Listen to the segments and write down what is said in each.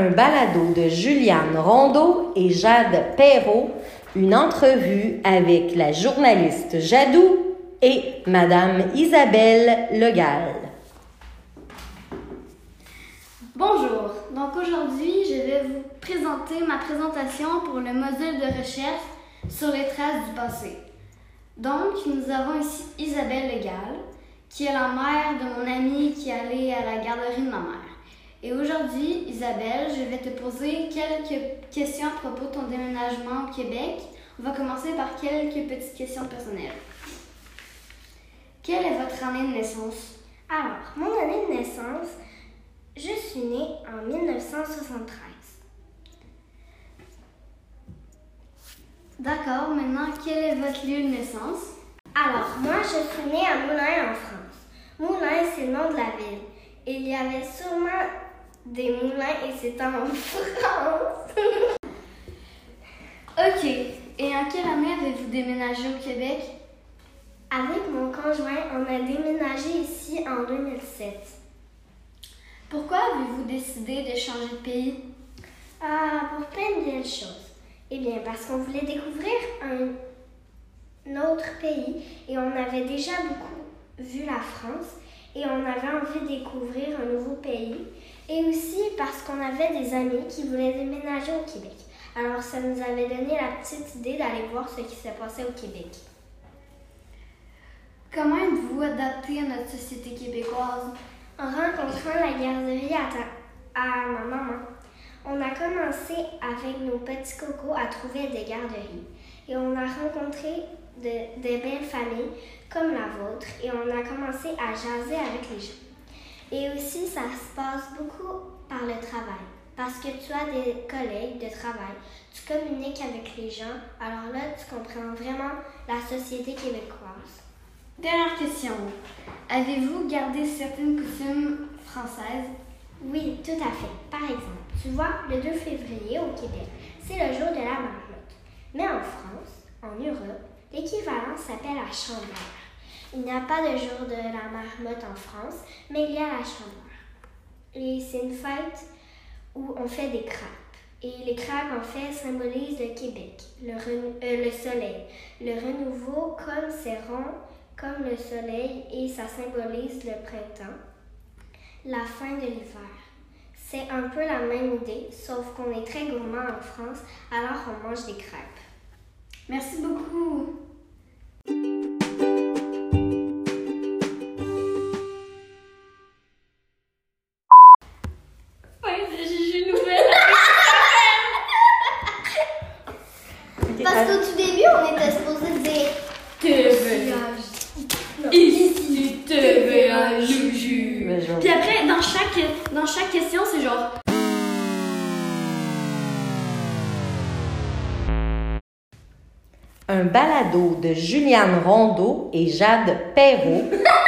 un balado de Juliane Rondeau et Jade Perrault, une entrevue avec la journaliste Jadou et Madame Isabelle Legal. Bonjour, donc aujourd'hui je vais vous présenter ma présentation pour le module de recherche sur les traces du passé. Donc nous avons ici Isabelle Legal, qui est la mère de mon amie qui est allée à la garderie de ma mère. Et aujourd'hui, Isabelle, je vais te poser quelques questions à propos de ton déménagement au Québec. On va commencer par quelques petites questions personnelles. Quelle est votre année de naissance? Alors, mon année de naissance, je suis née en 1973. D'accord, maintenant, quel est votre lieu de naissance? Alors, moi, je suis née à Moulins en France. Moulins, c'est le nom de la ville. Il y avait sûrement des moulins et c'est en France. Ok, et en quelle année avez-vous déménagé au Québec? Avec mon conjoint, on a déménagé ici en 2007. Pourquoi avez-vous décidé de changer de pays? Pour plein de belles choses. Eh bien, parce qu'on voulait découvrir un autre pays et on avait déjà beaucoup vu la France et on avait envie de découvrir un nouveau pays. Et aussi parce qu'on avait des amis qui voulaient déménager au Québec. Alors, ça nous avait donné la petite idée d'aller voir ce qui se passait au Québec. Comment êtes-vous adapté à notre société québécoise? En rencontrant la garderie à ma maman, on a commencé avec nos petits cocos à trouver des garderies. Et on a rencontré de belles familles comme la vôtre et on a commencé à jaser avec les gens. Et aussi, ça se passe beaucoup par le travail. Parce que tu as des collègues de travail, tu communiques avec les gens, alors là, tu comprends vraiment la société québécoise. Dernière question. Avez-vous gardé certaines coutumes françaises? Oui, tout à fait. Par exemple, tu vois, le 2 février au Québec, c'est le jour de la marmotte. Mais en France, en Europe, l'équivalent s'appelle la chandeleur. Il n'y a pas de jour de la marmotte en France, mais il y a la chandeleur. Et c'est une fête où on fait des crêpes. Et les crêpes, en fait, symbolisent le Québec, le soleil. Le renouveau, comme c'est rond, comme le soleil, et ça symbolise le printemps, la fin de l'hiver. C'est un peu la même idée, sauf qu'on est très gourmand en France, alors on mange des crêpes. Merci beaucoup. Parce qu'au tout début, on était supposé dire TVA. Ici, TVA, Juju. Puis après, dans chaque question, c'est genre... Un balado de Juliane Rondeau et Jade Perrault.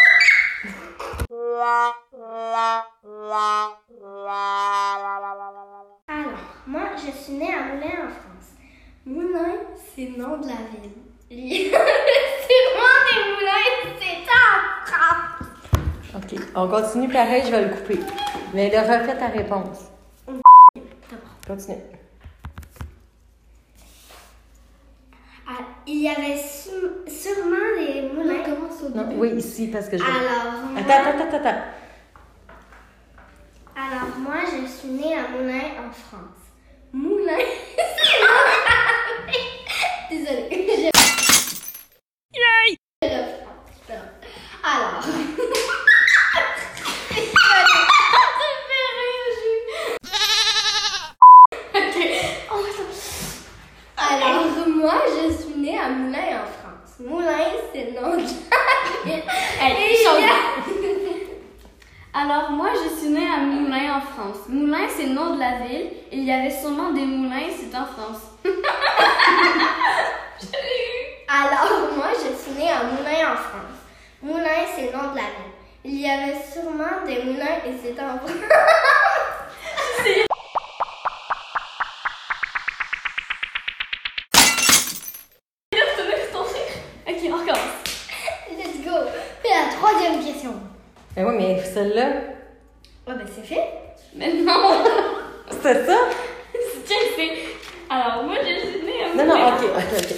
Alors, moi, je suis née à Moulins en France. Moulins, c'est le nom de la ville. C'est moi des moulins, c'est en France. OK, on continue pareil, je vais le couper. Mais le refais ta réponse. Continue. Il y avait sûrement des moulins. Non, oui, ici, parce que je... Alors, Attends. Alors, moi, je suis née à Moulins en France. Moulins, Désolée. Yay! Alors. Alors, moi, je suis née à Moulins en France. Moulins, c'est le nom de la ville. Alors, moi, je suis née à Moulins en France. Moulins, c'est le nom de la ville. Il y avait sûrement des moulins, c'est en France. Alors, moi, je suis née à Moulins en France. Moulins, c'est le nom de la ville. Il y avait sûrement des moulins et c'est en France. Ok, on recommence. Let's go. Fais la troisième question. Ben oui, mais celle-là... Ouais, ben c'est fait. Mais non! C'est ça? C'est. Alors, moi, je suis née à Non, non, Montréal. ok.